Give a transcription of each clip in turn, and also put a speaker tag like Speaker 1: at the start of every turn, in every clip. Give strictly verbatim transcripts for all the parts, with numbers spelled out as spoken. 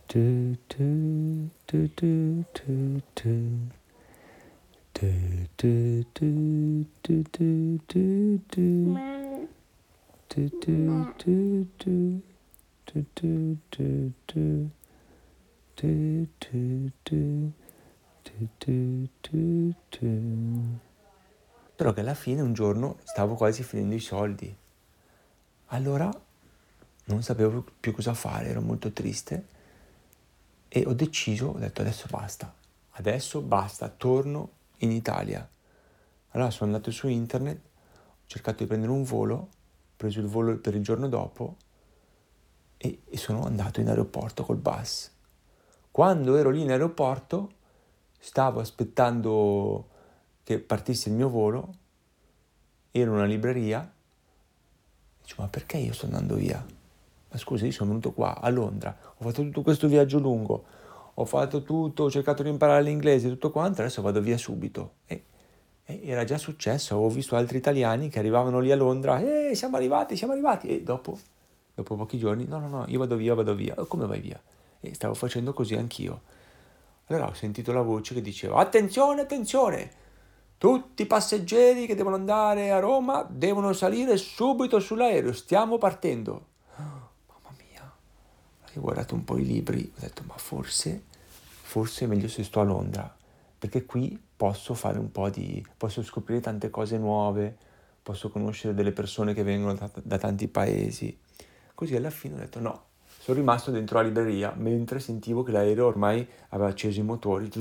Speaker 1: Tu, tu, tu, tu, tu, tu. Tu, tu, tu, tu, tu, tu, tu. Tu, tu, tu, tu. Tu, tu, tu, tu. Tu, tu, tu. Tu, tu, tu, tu. Però che alla fine un giorno stavo quasi finendo i soldi. Allora non sapevo più cosa fare, ero molto triste e ho deciso, ho detto adesso basta, adesso basta, torno in Italia. Allora sono andato su internet, ho cercato di prendere un volo, ho preso il volo per il giorno dopo e, e sono andato in aeroporto col bus. Quando ero lì in aeroporto stavo aspettando che partisse il mio volo, ero in una libreria, dicevo ma perché io sto andando via? Ma scusa, io sono venuto qua a Londra, ho fatto tutto questo viaggio lungo, ho fatto tutto, ho cercato di imparare l'inglese, tutto quanto, adesso vado via subito. E, e era già successo, avevo visto altri italiani che arrivavano lì a Londra, eh, siamo arrivati, siamo arrivati, e dopo, dopo pochi giorni, no, no, no, io vado via, vado via. Come vai via? E stavo facendo così anch'io. Allora ho sentito la voce che diceva, attenzione, attenzione, tutti i passeggeri che devono andare a Roma devono salire subito sull'aereo, stiamo partendo. Mamma mia, ho guardato un po' i libri, ho detto ma forse, forse è meglio se sto a Londra, perché qui posso fare un po' di, posso scoprire tante cose nuove, posso conoscere delle persone che vengono da, da tanti paesi. Così alla fine ho detto no, sono rimasto dentro la libreria mentre sentivo che l'aereo ormai aveva acceso i motori.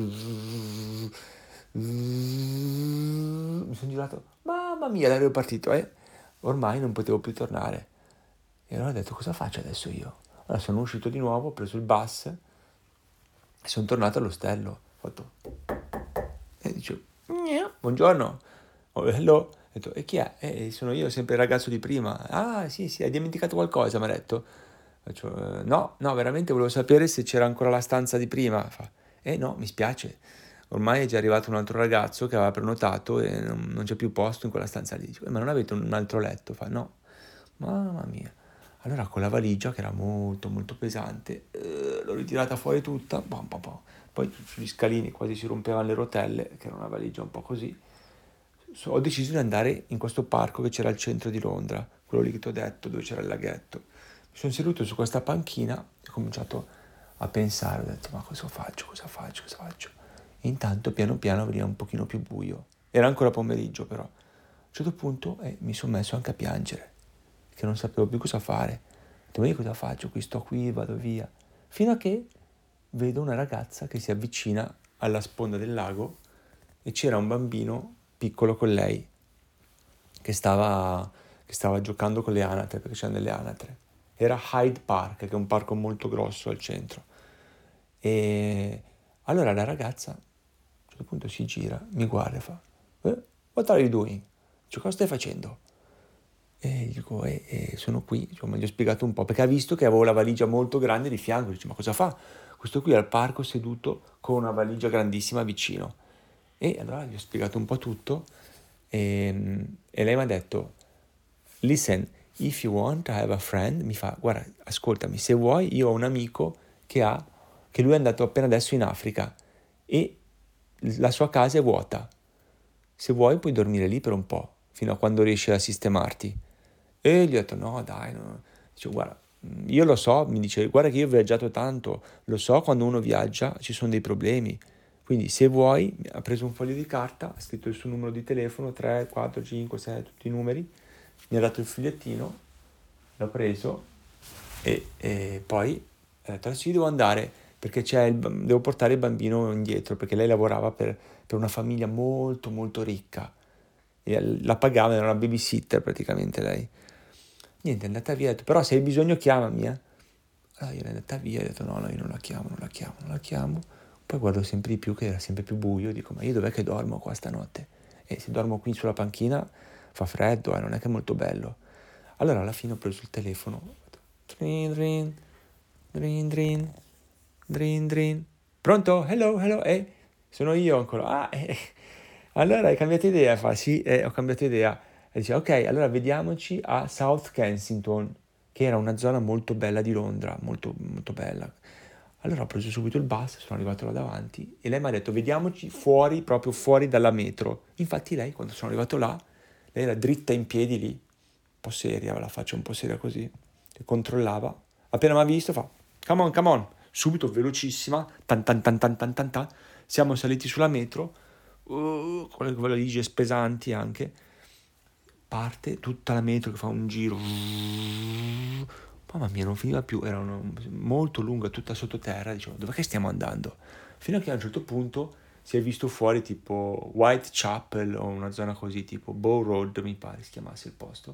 Speaker 1: Mi sono girato, mamma mia, l'aereo è partito, eh? Ormai non potevo più tornare. E allora ho detto, cosa faccio adesso io? Allora sono uscito di nuovo, ho preso il bus e sono tornato all'ostello. Ho fatto, e dicevo, buongiorno, oh, hello. Ho detto, e chi è? Eh, sono io, sempre il ragazzo di prima. Ah, sì, sì, hai dimenticato qualcosa, mi ha detto. Faccio, eh, no, no, veramente volevo sapere se c'era ancora la stanza di prima. Fa, eh no, mi spiace. Ormai è già arrivato un altro ragazzo che aveva prenotato e non, non c'è più posto in quella stanza lì. Dico, ma non avete un altro letto? Fa, no. Mamma mia. Allora con la valigia, che era molto molto pesante, eh, l'ho ritirata fuori tutta, pom, pom, pom. Poi sugli scalini quasi si rompevano le rotelle, che era una valigia un po' così. So, ho deciso di andare in questo parco che c'era al centro di Londra, quello lì che ti ho detto, dove c'era il laghetto. Mi sono seduto su questa panchina e ho cominciato a pensare, ho detto ma cosa faccio, cosa faccio, cosa faccio? E intanto piano piano veniva un pochino più buio. Era ancora pomeriggio però. A un certo punto eh, mi sono messo anche a piangere, che non sapevo più cosa fare. Ho detto, ma io cosa faccio? Qui sto qui, vado via. Fino a che vedo una ragazza che si avvicina alla sponda del lago e c'era un bambino piccolo con lei che stava, che stava giocando con le anatre, perché c'erano delle anatre. Era Hyde Park, che è un parco molto grosso al centro. E allora la ragazza a un certo punto si gira, mi guarda e fa, eh, what are you doing? Dico, cosa stai facendo? E gli dico, eh, eh, sono qui, insomma, gli ho spiegato un po', perché ha visto che avevo la valigia molto grande di fianco, dice, ma cosa fa? Questo qui è al parco seduto con una valigia grandissima vicino. E allora gli ho spiegato un po' tutto e, e lei mi ha detto, listen, if you want to have a friend, mi fa, guarda, ascoltami, se vuoi, io ho un amico che ha, che lui è andato appena adesso in Africa e la sua casa è vuota. Se vuoi puoi dormire lì per un po', fino a quando riesci a sistemarti. E gli ho detto, no, dai, no. Dice, guarda, io lo so, mi dice, guarda che io ho viaggiato tanto, lo so, quando uno viaggia ci sono dei problemi. Quindi se vuoi, ha preso un foglio di carta, ha scritto il suo numero di telefono, tre, quattro, cinque, sei, tutti i numeri, mi ha dato il fogliettino, l'ho preso e, e poi ha detto, sì, devo andare perché c'è il, devo portare il bambino indietro, perché lei lavorava per, per una famiglia molto molto ricca e la pagava, era una babysitter praticamente lei. Niente, è andata via, ha detto, però se hai bisogno chiamami, eh. Allora io ero andata via, ho detto no, no, io non la chiamo, non la chiamo, non la chiamo. Poi guardo sempre di più che era sempre più buio, dico ma io dov'è che dormo qua stanotte? E se dormo qui sulla panchina fa freddo, eh, non è che è molto bello. Allora alla fine ho preso il telefono, ho detto, drin, drin, drin, drin, drin, drin. Pronto? Hello, hello, eh, sono io ancora. Ah, eh, allora hai cambiato idea? Fa sì, eh, ho cambiato idea. E dice ok, allora vediamoci a South Kensington, che era una zona molto bella di Londra, molto, molto bella. Allora ho preso subito il bus, sono arrivato là davanti e lei mi ha detto vediamoci fuori, proprio fuori dalla metro. Infatti lei, quando sono arrivato là, lei era dritta in piedi lì, un po' seria, la faccia un po' seria così, e controllava. Appena mi ha visto fa, come on, come on, subito velocissima, tan tan tan tan tan tan tan, siamo saliti sulla metro, uh, con le valigie pesanti anche, parte tutta la metro che fa un giro, mamma mia non finiva più, era una, molto lunga, tutta sottoterra, dicevo dove che stiamo andando? Fino a che a un certo punto si è visto fuori tipo Whitechapel o una zona così, tipo Bow Road mi pare si chiamasse il posto.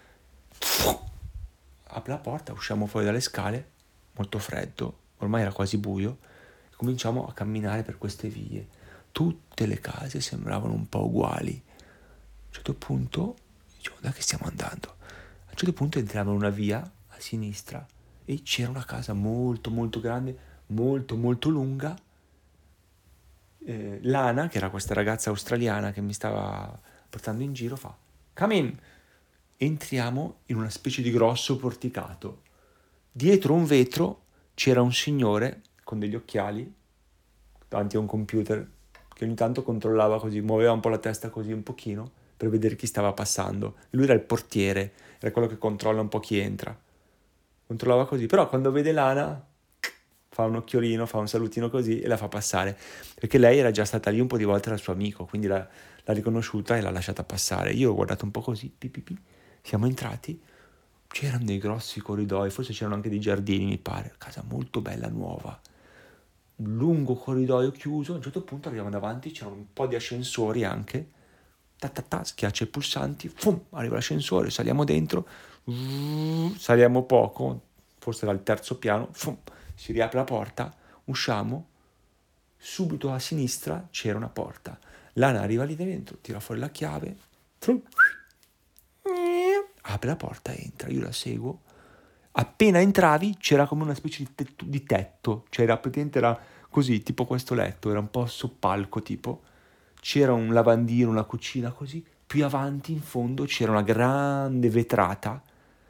Speaker 1: Apre la porta, usciamo fuori dalle scale, molto freddo, ormai era quasi buio, e cominciamo a camminare per queste vie. Tutte le case sembravano un po' uguali. A un certo punto, dicevo, da che stiamo andando? A un certo punto entriamo in una via a sinistra e c'era una casa molto molto grande, molto molto lunga. Eh, Lana, che era questa ragazza australiana che mi stava portando in giro, fa come in. Entriamo in una specie di grosso porticato. Dietro un vetro c'era un signore con degli occhiali davanti a un computer che ogni tanto controllava così, muoveva un po' la testa così un pochino per vedere chi stava passando. Lui era il portiere, era quello che controlla un po' chi entra. Controllava così, però quando vede Lana fa un occhiolino, fa un salutino così e la fa passare, perché lei era già stata lì un po' di volte dal suo amico, quindi l'ha, l'ha riconosciuta e l'ha lasciata passare. Io ho guardato un po' così, pi, pi, pi. Siamo entrati, c'erano dei grossi corridoi, forse c'erano anche dei giardini mi pare, casa molto bella, nuova, un lungo corridoio chiuso. A un certo punto arriviamo davanti, c'erano un po' di ascensori anche, ta ta ta, schiaccia i pulsanti, fum, arriva l'ascensore, saliamo dentro, saliamo poco, forse era il terzo piano, fum, si riapre la porta, usciamo, subito a sinistra c'era una porta. Lana arriva lì dentro, tira fuori la chiave, apre la porta e entra, io la seguo. Appena entravi c'era come una specie di tetto, di tetto. Cioè era praticamente era così, tipo questo letto, era un po' soppalco tipo, c'era un lavandino, una cucina così, più avanti in fondo c'era una grande vetrata,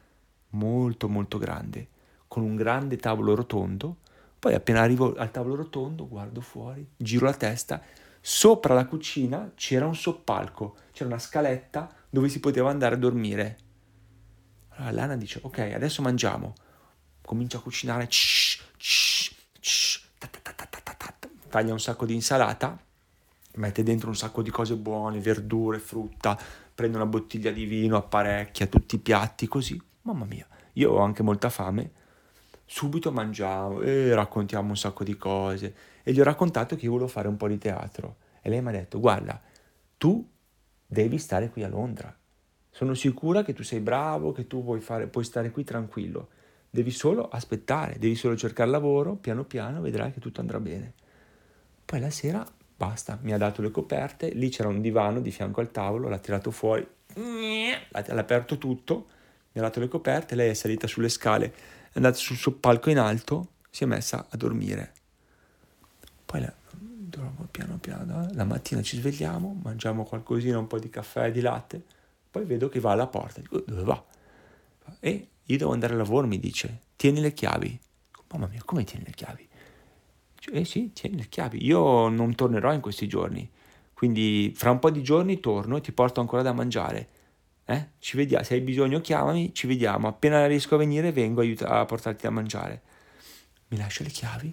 Speaker 1: molto molto grande, con un grande tavolo rotondo. Poi appena arrivo al tavolo rotondo guardo fuori, giro la testa, sopra la cucina c'era un soppalco, c'era una scaletta dove si poteva andare a dormire. Allora Lana dice ok adesso mangiamo, comincia a cucinare, shh, shh, shh, ta ta ta ta ta ta, taglia un sacco di insalata, mette dentro un sacco di cose buone, verdure, frutta, prende una bottiglia di vino, apparecchia tutti i piatti così, mamma mia, io ho anche molta fame, subito mangiamo e raccontiamo un sacco di cose e gli ho raccontato che io volevo fare un po' di teatro e lei mi ha detto guarda, tu devi stare qui a Londra, sono sicura che tu sei bravo, che tu vuoi fare, puoi stare qui tranquillo, devi solo aspettare, devi solo cercare lavoro, piano piano vedrai che tutto andrà bene. Poi la sera basta, mi ha dato le coperte, lì c'era un divano di fianco al tavolo, l'ha tirato fuori, l'ha aperto tutto, mi ha dato le coperte, lei è salita sulle scale, è andata sul suo palco in alto, si è messa a dormire. Poi la, piano piano, la mattina ci svegliamo, mangiamo qualcosina, un po' di caffè, di latte, poi vedo che va alla porta, dico dove va? E io devo andare al lavoro, mi dice, tieni le chiavi. Mamma mia, come tieni le chiavi? Dice, eh sì, tieni le chiavi, io non tornerò in questi giorni, quindi fra un po' di giorni torno e ti porto ancora da mangiare. Eh? Ci vediamo, se hai bisogno chiamami, ci vediamo, appena riesco a venire vengo aiuta- a portarti da mangiare. Mi lascia le chiavi.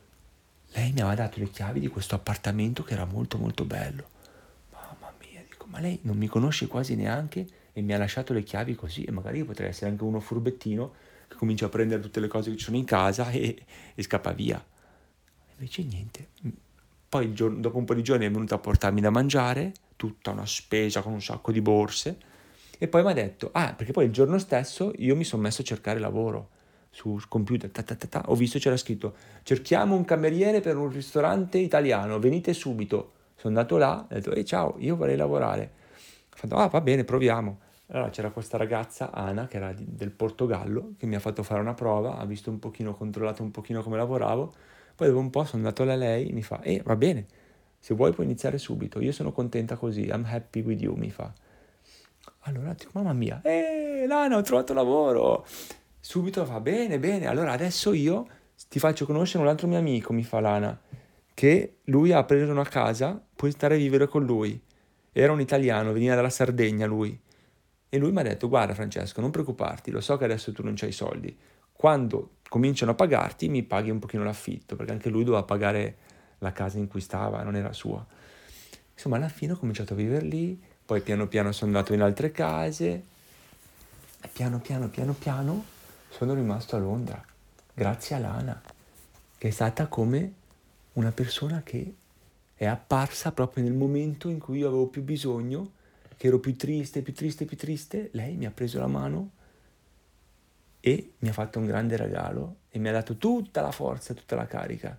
Speaker 1: Lei mi aveva dato le chiavi di questo appartamento che era molto molto bello. Mamma mia, dico, ma lei non mi conosce quasi neanche e mi ha lasciato le chiavi così, e magari io potrei essere anche uno furbettino che comincia a prendere tutte le cose che ci sono in casa e, e scappa via. Invece niente. Poi il giorno, dopo un po' di giorni è venuto a portarmi da mangiare, tutta una spesa con un sacco di borse, e poi mi ha detto, ah, perché poi il giorno stesso io mi sono messo a cercare lavoro sul computer, ta ta ta ta, ho visto c'era scritto, cerchiamo un cameriere per un ristorante italiano, venite subito. Sono andato là, ho detto, ehi ciao, io vorrei lavorare. Ho fatto, ah va bene, proviamo. Allora c'era questa ragazza, Ana, che era di, del Portogallo, che mi ha fatto fare una prova, ha visto un pochino, controllato un pochino come lavoravo, poi dopo un po' sono andato da lei, mi fa, eh va bene, se vuoi puoi iniziare subito, io sono contenta così, I'm happy with you, mi fa. Allora dico, mamma mia, eh Lana, ho trovato lavoro! Subito fa, bene, bene, allora adesso io ti faccio conoscere un altro mio amico, mi fa Lana, che lui ha preso una casa, puoi stare a vivere con lui. Era un italiano, veniva dalla Sardegna lui. E lui mi ha detto, guarda Francesco, non preoccuparti, lo so che adesso tu non c'hai soldi. Quando cominciano a pagarti, mi paghi un pochino l'affitto, perché anche lui doveva pagare la casa in cui stava, non era sua. Insomma, alla fine ho cominciato a vivere lì, poi piano piano sono andato in altre case, e piano piano, piano piano sono rimasto a Londra, grazie a Lana, che è stata come una persona che è apparsa proprio nel momento in cui io avevo più bisogno, che ero più triste, più triste, più triste. Lei mi ha preso la mano e mi ha fatto un grande regalo e mi ha dato tutta la forza, tutta la carica.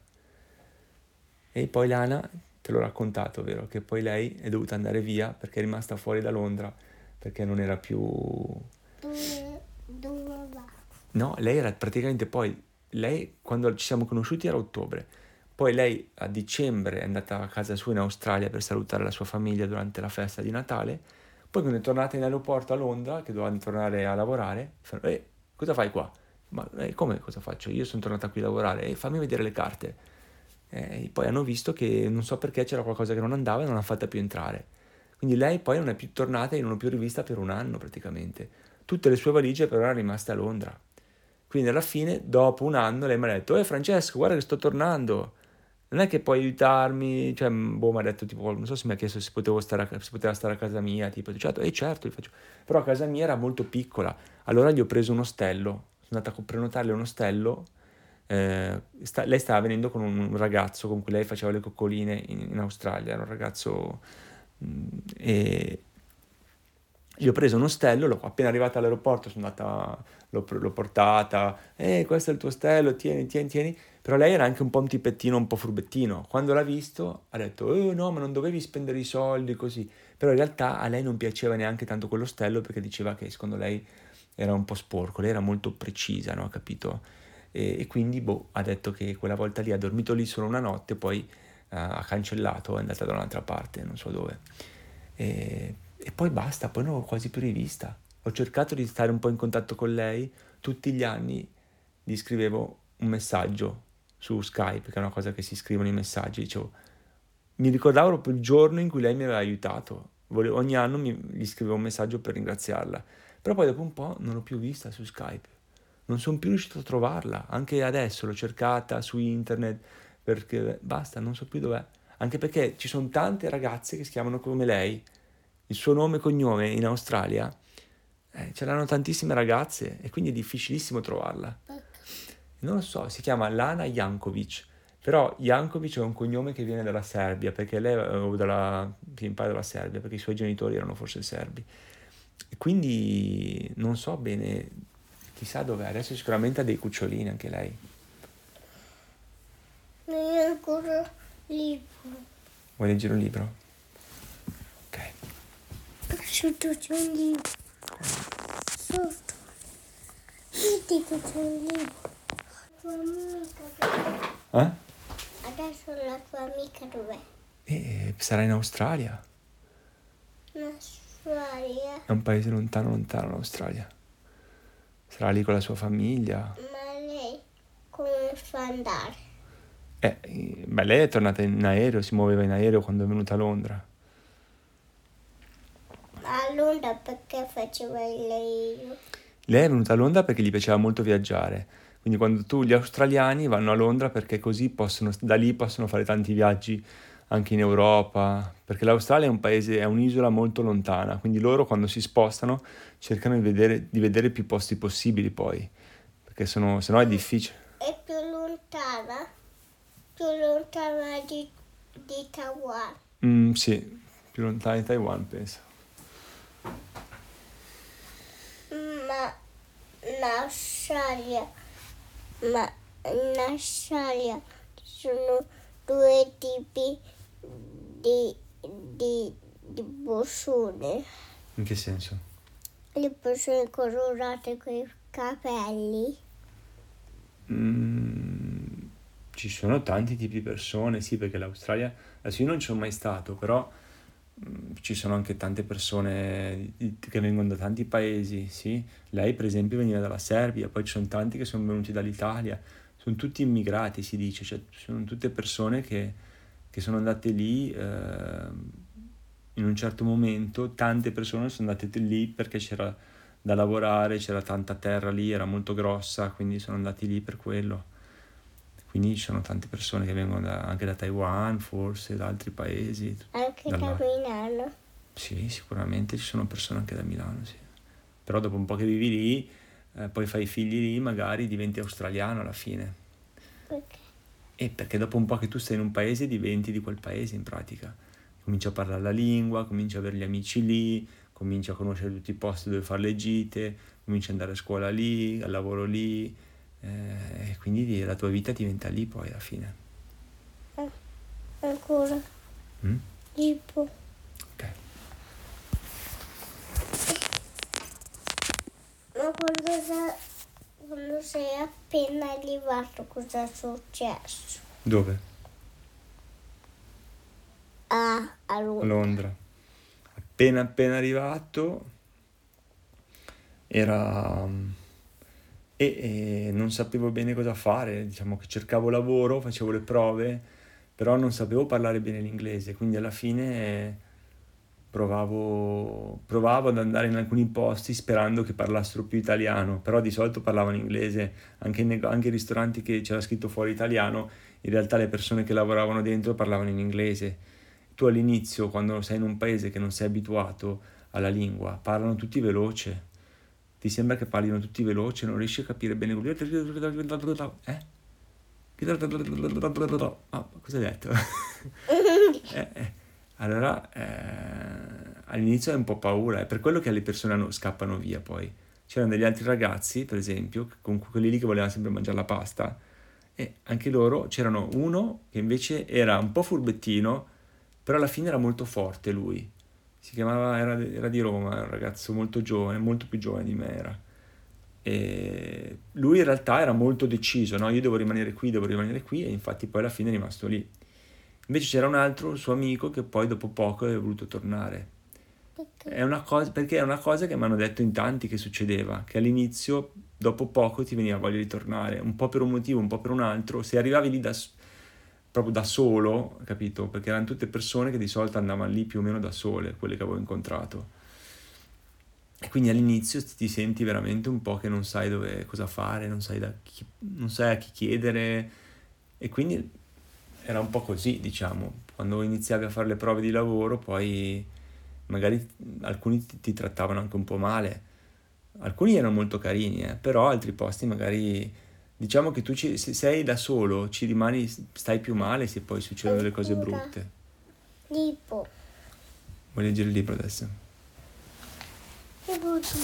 Speaker 1: E poi Lana, te l'ho raccontato, vero? Che poi lei è dovuta andare via perché è rimasta fuori da Londra, perché non era più...
Speaker 2: Dove, dove va?
Speaker 1: No, lei era praticamente poi, lei quando ci siamo conosciuti era ottobre, poi lei a dicembre è andata a casa sua in Australia per salutare la sua famiglia durante la festa di Natale, poi quando è tornata in aeroporto a Londra, che doveva tornare a lavorare, fanno, eh, cosa fai qua? Ma eh, come cosa faccio? Io sono tornata qui a lavorare, e fammi vedere le carte. E poi hanno visto che non so perché c'era qualcosa che non andava e non l'hanno fatta più entrare. Quindi lei poi non è più tornata e non l'ho più rivista per un anno praticamente. Tutte le sue valigie però erano rimaste a Londra. Quindi alla fine, dopo un anno, lei mi ha detto, eh Francesco, guarda che sto tornando, non è che puoi aiutarmi, cioè, boh, mi ha detto, tipo, non so se mi ha chiesto se potevo stare a, se poteva stare a casa mia, tipo, certo, eh certo, gli faccio, però casa mia era molto piccola, allora gli ho preso un ostello, sono andata a prenotarle un ostello, eh, sta- lei stava venendo con un ragazzo con cui lei faceva le coccoline in, in Australia, era un ragazzo, mh, e gli ho preso un ostello, l'ho, appena arrivata all'aeroporto sono andata, l'ho, l'ho portata, eh, questo è il tuo ostello, tieni, tieni, tieni. Però lei era anche un po' un tipettino, un po' furbettino. Quando l'ha visto ha detto, oh no, ma non dovevi spendere i soldi così. Però in realtà a lei non piaceva neanche tanto quell'ostello perché diceva che secondo lei era un po' sporco, lei era molto precisa, no? Capito? E, e quindi, boh, ha detto che quella volta lì ha dormito lì solo una notte, poi eh, ha cancellato, è andata da un'altra parte, non so dove. E, e poi basta, poi non l'ho quasi più rivista. Ho cercato di stare un po' in contatto con lei, tutti gli anni gli scrivevo un messaggio su Skype, che è una cosa che si scrivono i messaggi, dicevo, mi ricordavo proprio il giorno in cui lei mi aveva aiutato, Volevo- ogni anno mi, gli scrivevo un messaggio per ringraziarla, però poi dopo un po' non l'ho più vista su Skype, non sono più riuscito a trovarla, anche adesso l'ho cercata su internet, perché basta, non so più dov'è, anche perché ci sono tante ragazze che si chiamano come lei, il suo nome e cognome in Australia, eh, ce l'hanno tantissime ragazze e quindi è difficilissimo trovarla. Non lo so, si chiama Lana Jankovic, però Jankovic è un cognome che viene dalla Serbia, perché lei, o dalla, sì, mi pare dalla Serbia, perché i suoi genitori erano forse serbi. E quindi non so bene, chissà dov'è, adesso sicuramente ha dei cucciolini anche lei.
Speaker 2: Non è ancora libro.
Speaker 1: Vuoi leggere un libro? Ok.
Speaker 2: Sotto c'è un libro. Sotto. Io dico c'è un libro. La tua amica dov'è?
Speaker 1: Eh?
Speaker 2: Adesso la tua amica dov'è?
Speaker 1: E sarà in Australia.
Speaker 2: In Australia.
Speaker 1: È un paese lontano, lontano l'Australia. Sarà lì con la sua famiglia.
Speaker 2: Ma lei come fa ad andare?
Speaker 1: Eh, beh, lei è tornata in aereo, si muoveva in aereo quando è venuta a Londra.
Speaker 2: Ma a Londra perché faceva l'aereo?
Speaker 1: Lei è venuta a Londra perché gli piaceva molto viaggiare. Quindi quando tu, gli australiani vanno a Londra perché così possono, da lì possono fare tanti viaggi anche in Europa, perché l'Australia è un paese, è un'isola molto lontana, quindi loro quando si spostano cercano di vedere, di vedere più posti possibili poi, perché sono, se no è difficile.
Speaker 2: È più lontana? Più lontana di, di Taiwan.
Speaker 1: Mm, sì, più lontano di Taiwan, penso.
Speaker 2: Ma in Australia, ma in Australia ci sono due tipi di, di, di persone.
Speaker 1: In che senso?
Speaker 2: Le persone colorate con i capelli.
Speaker 1: Mm, ci sono tanti tipi di persone, sì, perché l'Australia, adesso io non ci sono mai stato, però mm, ci sono anche tante persone di- che vengono da tanti paesi, sì. Lei, per esempio, veniva dalla Serbia, poi ci sono tanti che sono venuti dall'Italia, sono tutti immigrati, si dice, cioè sono tutte persone che, che sono andate lì eh, in un certo momento, tante persone sono andate lì perché c'era da lavorare, c'era tanta terra lì, era molto grossa, quindi sono andati lì per quello. Quindi ci sono tante persone che vengono da- anche da Taiwan, forse da altri paesi.
Speaker 2: Anche
Speaker 1: dalla-
Speaker 2: da Milano.
Speaker 1: Sì, sicuramente ci sono persone anche da Milano, sì. Però dopo un po' che vivi lì, eh, poi fai i figli lì, magari diventi australiano alla fine.
Speaker 2: Perché?
Speaker 1: E perché dopo un po' che tu stai in un paese diventi di quel paese in pratica. Cominci a parlare la lingua, cominci a avere gli amici lì, cominci a conoscere tutti i posti dove fare le gite, cominci ad andare a scuola lì, al lavoro lì, eh, e quindi la tua vita diventa lì poi alla fine.
Speaker 2: Ah, ancora.
Speaker 1: Mm?
Speaker 2: Tipo.
Speaker 1: Ok.
Speaker 2: Ma quando, sa- quando sei appena arrivato, cosa è successo?
Speaker 1: Dove?
Speaker 2: Ah, a
Speaker 1: A
Speaker 2: Londra.
Speaker 1: Londra. Appena appena arrivato era e, e non sapevo bene cosa fare, diciamo che cercavo lavoro, facevo le prove, però non sapevo parlare bene l'inglese, quindi alla fine provavo, provavo ad andare in alcuni posti sperando che parlassero più italiano, però di solito parlavano inglese, anche in, nego- anche in ristoranti che c'era scritto fuori italiano, in realtà le persone che lavoravano dentro parlavano in inglese. Tu all'inizio, quando sei in un paese che non sei abituato alla lingua, parlano tutti veloce. Ti sembra che parlino tutti veloce, non riesci a capire bene. Eh? Ah, cosa hai detto? Eh, eh. Allora, eh, all'inizio è un po' paura, è per quello che le persone hanno- scappano via poi. C'erano degli altri ragazzi, per esempio, con quelli lì che volevano sempre mangiare la pasta, e anche loro c'erano uno che invece era un po' furbettino, però alla fine era molto forte lui. Si chiamava, era, era di Roma, era un ragazzo molto giovane, molto più giovane di me era. E lui in realtà era molto deciso, no? Io devo rimanere qui, devo rimanere qui, e infatti poi alla fine è rimasto lì. Invece c'era un altro suo amico che poi dopo poco è voluto tornare. È
Speaker 2: Perché?
Speaker 1: una cosa, perché è una cosa che mi hanno detto in tanti che succedeva, che all'inizio, dopo poco, ti veniva voglia di tornare, un po' per un motivo, un po' per un altro. Se arrivavi lì da, s- proprio da solo, capito? Perché erano tutte persone che di solito andavano lì più o meno da sole, quelle che avevo incontrato. E quindi all'inizio ti senti veramente un po' che non sai dove, cosa fare, non sai, da chi, non sai a chi chiedere, e quindi era un po' così, diciamo. Quando iniziavi a fare le prove di lavoro, poi magari alcuni ti, ti trattavano anche un po' male. Alcuni erano molto carini, eh, però altri posti magari, diciamo che tu ci, se sei da solo, ci rimani, stai più male se poi succedono delle cose
Speaker 2: Ancora.
Speaker 1: brutte.
Speaker 2: Tipo.
Speaker 1: Vuoi leggere il libro adesso?
Speaker 2: Che brutto.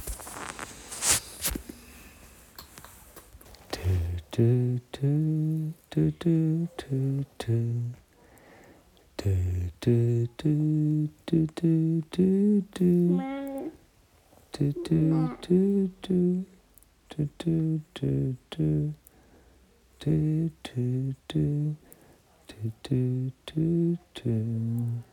Speaker 2: Ma.
Speaker 1: Ma.